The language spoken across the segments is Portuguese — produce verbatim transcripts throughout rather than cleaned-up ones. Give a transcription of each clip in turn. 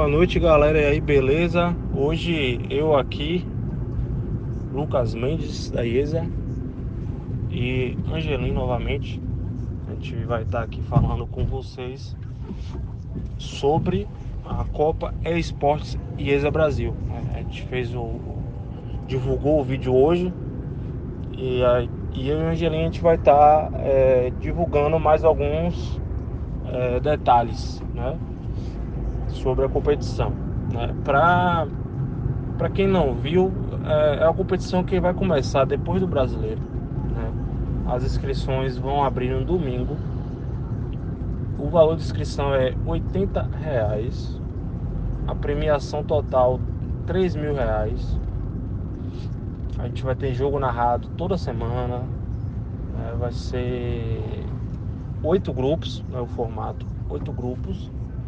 Boa noite, galera. E aí, beleza? Hoje eu aqui, Lucas Mendes da IESA e Angelim novamente. A gente vai estar aqui falando com vocês sobre a Copa eSports IESA Brasil. A gente fez o divulgou o vídeo hoje e, a, e eu e a Angelim a gente vai estar é, divulgando mais alguns é, detalhes, né, sobre a competição, né? Para Para quem não viu, é é a competição que vai começar depois do Brasileiro, né? As inscrições vão abrir no domingo. O valor de inscrição é oitenta reais. A premiação total três mil reais. A gente vai ter jogo narrado toda semana, né? Vai ser oito grupos, né? O formato, oito grupos.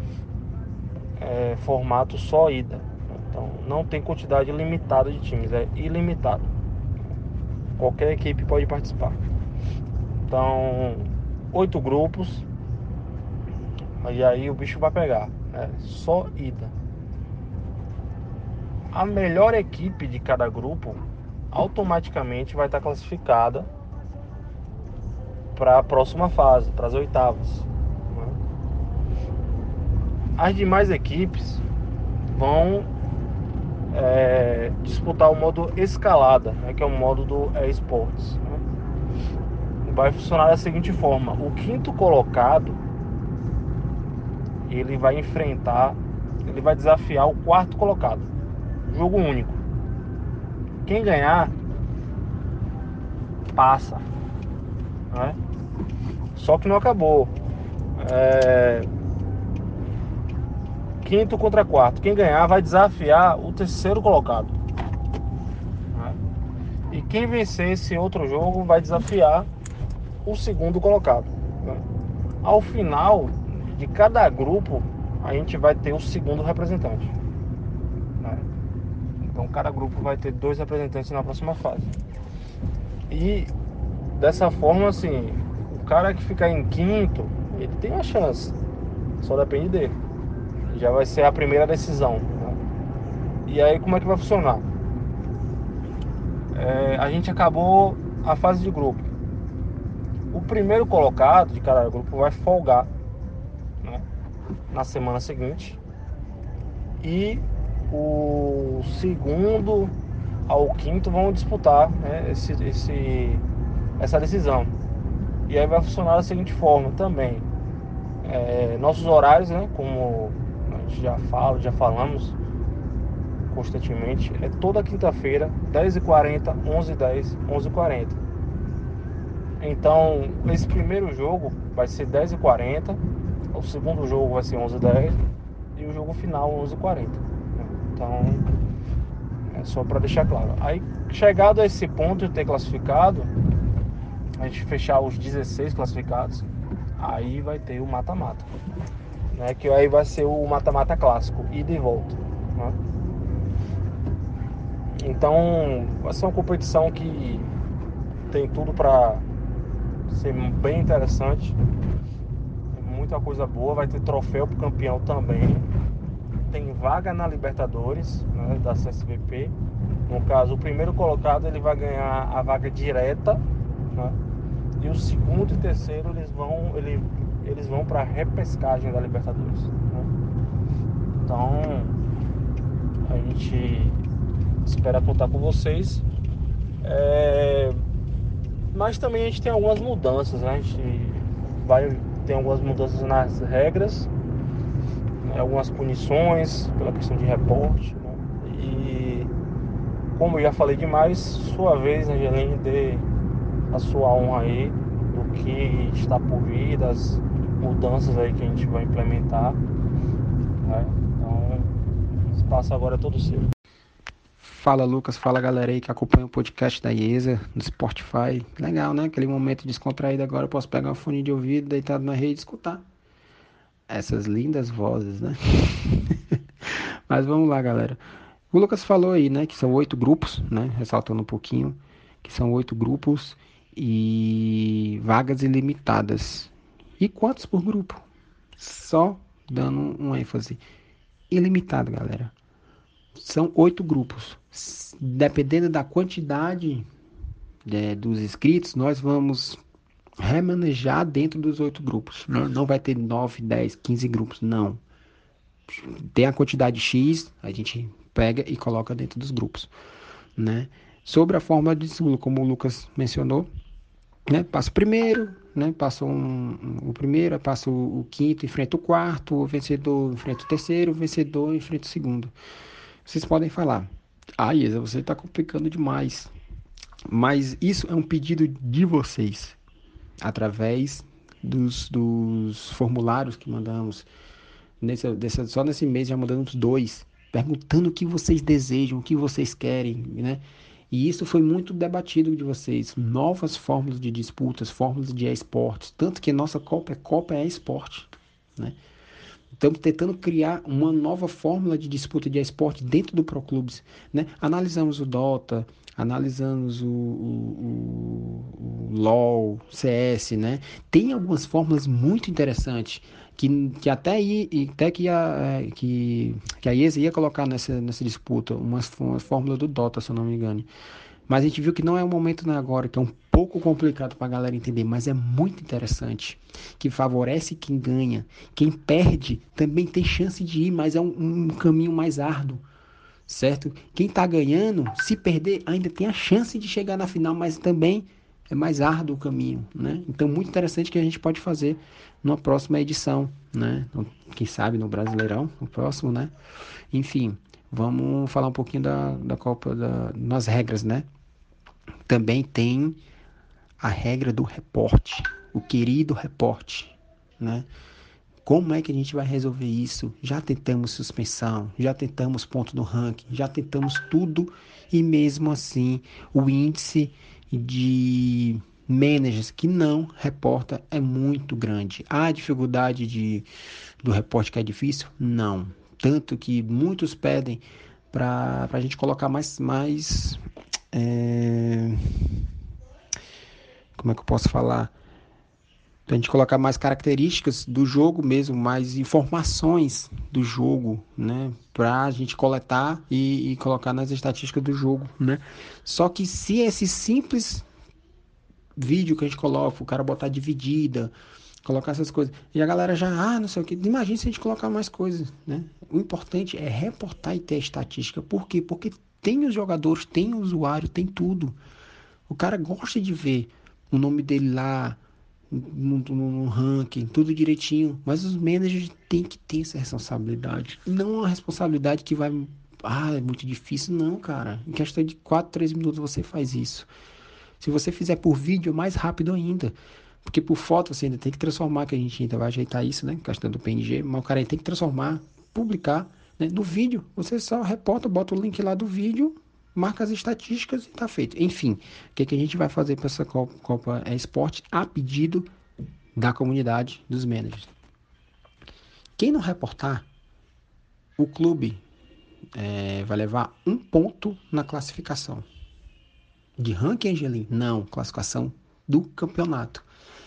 É formato só ida. Então não tem quantidade limitada de times, é ilimitado. Qualquer equipe pode participar. Então, oito grupos. E aí o bicho vai pegar, né? Só ida. A melhor equipe de cada grupo automaticamente vai estar classificada para a próxima fase, para as oitavas, né? As demais equipes vão é, disputar o modo escalada, né? Que é o modo do eSports, né? Vai funcionar da seguinte forma: o quinto colocado ele vai enfrentar, ele vai desafiar o quarto colocado. Jogo único. Quem ganhar passa, né? Só que não acabou. É... Quinto contra quarto. Quem ganhar vai desafiar o terceiro colocado, né? E quem vencer esse outro jogo vai desafiar o segundo colocado, né? Ao final de cada grupo, a gente vai ter o segundo representante, né? Então cada grupo vai ter dois representantes na próxima fase. E dessa forma, assim, o cara que ficar em quinto, ele tem uma chance. Só depende dele. Já vai ser a primeira decisão, né? E aí como é que vai funcionar? É, a gente acabou a fase de grupo. O primeiro colocado de cada grupo vai folgar, né, na semana seguinte. E o segundo ao quinto vão disputar, né, esse, esse, essa decisão. E aí vai funcionar da seguinte forma também. É, nossos horários, né, como a gente já fala, já falamos constantemente, é toda quinta-feira, dez e quarenta, onze e dez, onze e quarenta. Então, esse primeiro jogo vai ser dez e quarenta, o segundo jogo vai ser onze e dez e o jogo final onze e quarenta. Então, é só para deixar claro. Aí, chegado a esse ponto de ter classificado, a gente fechar os dezesseis classificados, aí vai ter o mata-mata, né? Que aí vai ser o mata-mata clássico, ida e volta, né? Então, vai ser uma competição que tem tudo para ser bem interessante. Muita coisa boa, vai ter troféu pro campeão também. Tem vaga na Libertadores, né, da C S V P. No caso, o primeiro colocado ele vai ganhar a vaga direta, né? E o segundo e terceiro eles vão, ele, eles vão para repescagem da Libertadores, né? Então, a gente espera contar com vocês. É... Mas também a gente tem algumas mudanças, né? A gente vai ter algumas mudanças nas regras, né? Algumas punições pela questão de reporte, né? E como eu já falei demais, sua vez, Angeline, dê a sua honra aí do que está por vir, das mudanças aí que a gente vai implementar, né? Então, o espaço agora é todo seu. Fala Lucas, fala galera aí que acompanha o podcast da IESA, do Spotify. Legal, né? Aquele momento descontraído agora eu posso pegar um fone de ouvido deitado na rede e escutar essas lindas vozes, né? Mas vamos lá, galera. O Lucas falou aí, né, que são oito grupos, né? Ressaltando um pouquinho, que são oito grupos e vagas ilimitadas. E quantos por grupo? Só dando um ênfase. ilimitado, galera. São oito grupos. Dependendo da quantidade é, dos inscritos, nós vamos remanejar dentro dos oito grupos. Não, não vai ter nove, dez, quinze grupos, não. Tem a quantidade X, a gente pega e coloca dentro dos grupos, né? Sobre a forma de disputa, como o Lucas mencionou, né? Passa o primeiro, né? Passa um, um, o primeiro, passa o, o quinto, enfrenta o quarto, o vencedor enfrenta o terceiro, o vencedor enfrenta o segundo. Vocês podem falar, ah, Isa, você está complicando demais. Mas isso é um pedido de vocês, através dos, dos formulários que mandamos. Nesse, desse, só nesse mês já mandamos dois, perguntando o que vocês desejam, o que vocês querem, né? E isso foi muito debatido de vocês. Novas fórmulas de disputas, fórmulas de esportes. Tanto que nossa Copa é Copa é esporte, né? Estamos tentando criar uma nova fórmula de disputa de esporte dentro do Proclubes, né? Analisamos o Dota, analisamos o, o, o, o LoL, C S, né? Tem algumas fórmulas muito interessantes que, que até, aí, até que, a, que, que a I E S A ia colocar nessa, nessa disputa, uma, uma fórmula do Dota, se eu não me engano. Mas a gente viu que não é o momento agora, que é um pouco complicado para a galera entender, mas é muito interessante, que favorece quem ganha. Quem perde também tem chance de ir, mas é um, um caminho mais árduo, certo? Quem está ganhando, se perder, ainda tem a chance de chegar na final, mas também é mais árduo o caminho, né? Então, muito interessante que a gente pode fazer numa próxima edição, né? Quem sabe no Brasileirão, no próximo, né? Enfim, vamos falar um pouquinho da, da Copa, da, nas regras, né? Também tem a regra do reporte, o querido reporte, né? Como é que a gente vai resolver isso? Já tentamos suspensão, já tentamos ponto no ranking, já tentamos tudo e mesmo assim o índice de managers que não reporta é muito grande. Há dificuldade de, do reporte que é difícil? Não. Tanto que muitos pedem para a gente colocar mais, mais é... como é que eu posso falar? Pra gente colocar mais características do jogo mesmo, mais informações do jogo, né? Pra gente coletar e, e colocar nas estatísticas do jogo, né? Só que se esse simples vídeo que a gente coloca, o cara botar dividida, colocar essas coisas, e a galera já, ah, não sei o que, imagina se a gente colocar mais coisas, né? O importante é reportar e ter a estatística. Por quê? Porque tem os jogadores, tem o usuário, tem tudo. O cara gosta de ver o nome dele lá, no, no, no ranking, tudo direitinho. Mas os managers têm que ter essa responsabilidade. Não uma responsabilidade que vai. Ah, é muito difícil. Não, cara. Em questão de quatro, três minutos você faz isso. Se você fizer por vídeo, é mais rápido ainda. Porque por foto você ainda tem que transformar, que a gente ainda vai ajeitar isso, né? Questão do P N G. Mas o cara tem que transformar, publicar. Né? No vídeo, você só reporta, bota o link lá do vídeo, marca as estatísticas e tá feito. Enfim, o que, que a gente vai fazer para essa Copa, Copa é Esporte a pedido da comunidade dos managers. Quem não reportar, o clube é, vai levar um ponto na classificação. De ranking, Angelim? Não, classificação do campeonato.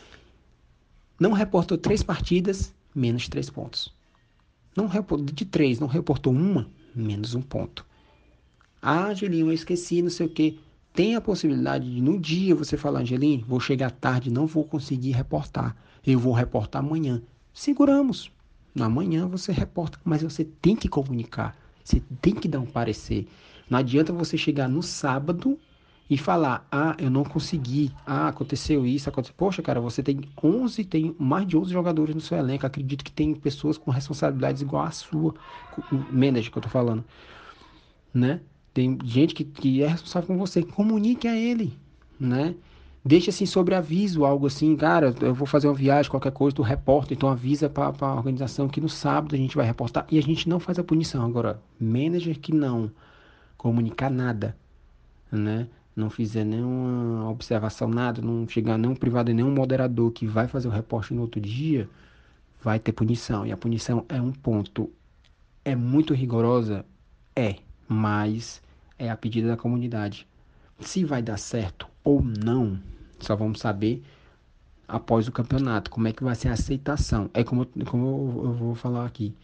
Não reportou três partidas, menos três pontos. Não reportou de três, não reportou uma, menos um ponto. Ah, Angelim, eu esqueci, não sei o que. Tem a possibilidade de no dia você falar, Angelim, vou chegar tarde, não vou conseguir reportar. Eu vou reportar amanhã. Seguramos. Amanhã você reporta, mas você tem que comunicar. Você tem que dar um parecer. Não adianta você chegar no sábado e falar, ah, eu não consegui, ah, aconteceu isso, aconteceu. Poxa, cara, você tem onze, tem mais de onze jogadores no seu elenco. Acredito que tem pessoas com responsabilidades igual a sua, o manager que eu tô falando, né? Tem gente que, que é responsável com você. Comunique a ele, né? Deixa assim sobre aviso, algo assim, cara, eu vou fazer uma viagem, qualquer coisa, tu reporta, então avisa para a organização que no sábado a gente vai reportar e a gente não faz a punição. Agora, manager que não comunicar nada, né? Não fizer nenhuma observação, nada, não chegar nenhum privado e nenhum moderador que vai fazer o reporte no outro dia, vai ter punição. E a punição é um ponto. É muito rigorosa? É, mas é a pedida da comunidade. Se vai dar certo ou não, só vamos saber após o campeonato. Como é que vai ser a aceitação? É como, como eu, eu vou falar aqui.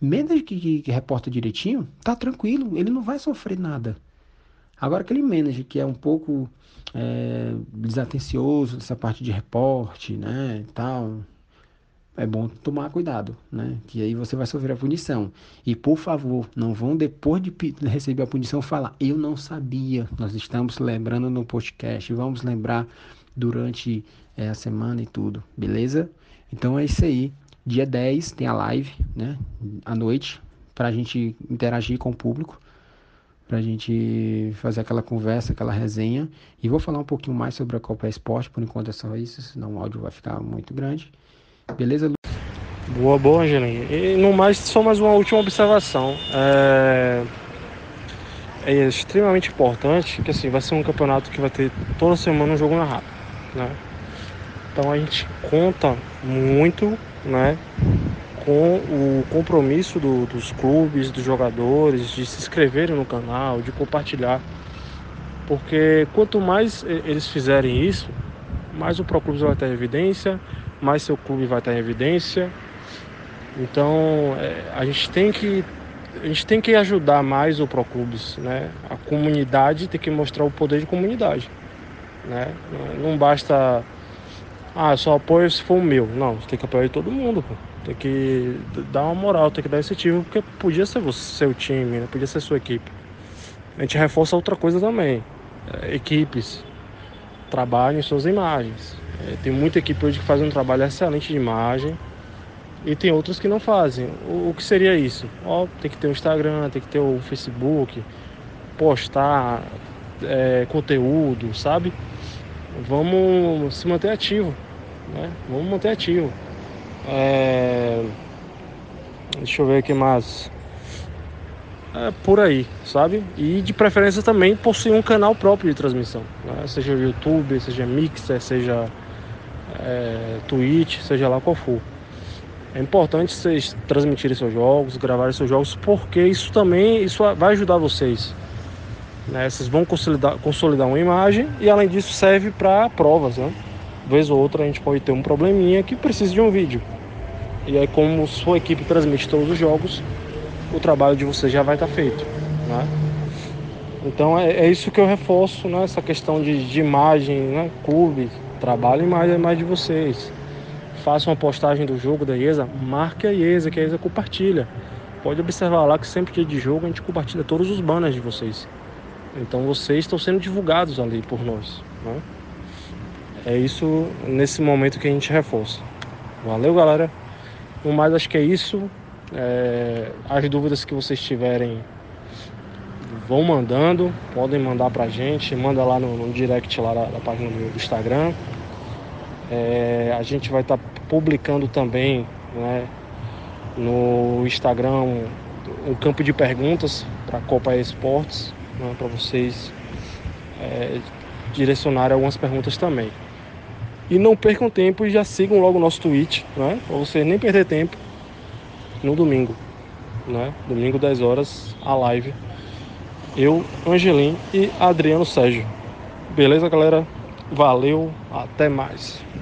Manager que, que, que reporta direitinho, tá tranquilo, ele não vai sofrer nada. Agora, aquele manager que é um pouco é, desatencioso nessa parte de reporte, né, e tal, é bom tomar cuidado, né? Que aí você vai sofrer a punição. E, por favor, não vão, depois de pi- receber a punição, falar: eu não sabia. Nós estamos lembrando no podcast. Vamos lembrar durante é, a semana e tudo, beleza? Então é isso aí. Dia dez tem a live, né? À noite, para a gente interagir com o público, para a gente fazer aquela conversa, aquela resenha. E vou falar um pouquinho mais sobre a Copa Esporte. Por enquanto é só isso, senão o áudio vai ficar muito grande. Beleza, Lu? Boa, boa, Angelim. E no mais, só mais uma última observação. É, é extremamente importante que assim, vai ser um campeonato que vai ter toda semana um jogo narrado, né? Então a gente conta muito, né, com o compromisso do, dos clubes, dos jogadores, de se inscreverem no canal, de compartilhar. Porque quanto mais eles fizerem isso, mais o Proclubes vai estar em evidência, mais seu clube vai estar em evidência. Então é, a gente tem que a gente tem que ajudar mais o Proclubes, né? A comunidade tem que mostrar o poder de comunidade, né? Não basta, ah, só apoio se for o meu. Não, você tem que apoiar todo mundo, pô. Tem que dar uma moral, tem que dar incentivo, porque podia ser você, seu time, né? Podia ser sua equipe. A gente reforça outra coisa também. É, equipes trabalhem suas imagens. É, tem muita equipe hoje que faz um trabalho excelente de imagem e tem outras que não fazem. O, o que seria isso? Ó, tem que ter o Instagram, tem que ter o Facebook, postar é, conteúdo, sabe? Vamos se manter ativo, né? Vamos manter ativo. É... Deixa eu ver aqui mais. É por aí, sabe? E de preferência também possuir um canal próprio de transmissão, né? Seja YouTube, seja Mixer, seja é, Twitch, seja lá qual for. É importante vocês transmitirem seus jogos, gravarem seus jogos, porque isso também isso vai ajudar vocês, né? Vocês vão consolidar, consolidar uma imagem e além disso serve para provas, né? Vez ou outra a gente pode ter um probleminha que precisa de um vídeo. E aí, como sua equipe transmite todos os jogos, o trabalho de vocês já vai estar feito, né? Então é, é isso que eu reforço, né? Essa questão de, de imagem, né? Clube, trabalhem mais a imagem de vocês. Façam uma postagem do jogo da IESA, marque a IESA, que a IESA compartilha. Pode observar lá que sempre que é de jogo a gente compartilha todos os banners de vocês. Então vocês estão sendo divulgados ali por nós, né? É isso nesse momento que a gente reforça. Valeu, galera. No mais, acho que é isso. É, as dúvidas que vocês tiverem, vão mandando. Podem mandar pra gente. Manda lá no, no direct lá da, da página do, do Instagram. É, a gente vai estar tá publicando também, né, no Instagram um, um campo de perguntas para a Copa Esportes, né, para vocês é, direcionarem algumas perguntas também. E não percam tempo e já sigam logo o nosso Twitch, né, para vocês nem perder tempo no domingo, né, domingo dez horas, a live. Eu, Angelim e Adriano Sérgio. Beleza, galera? Valeu, até mais.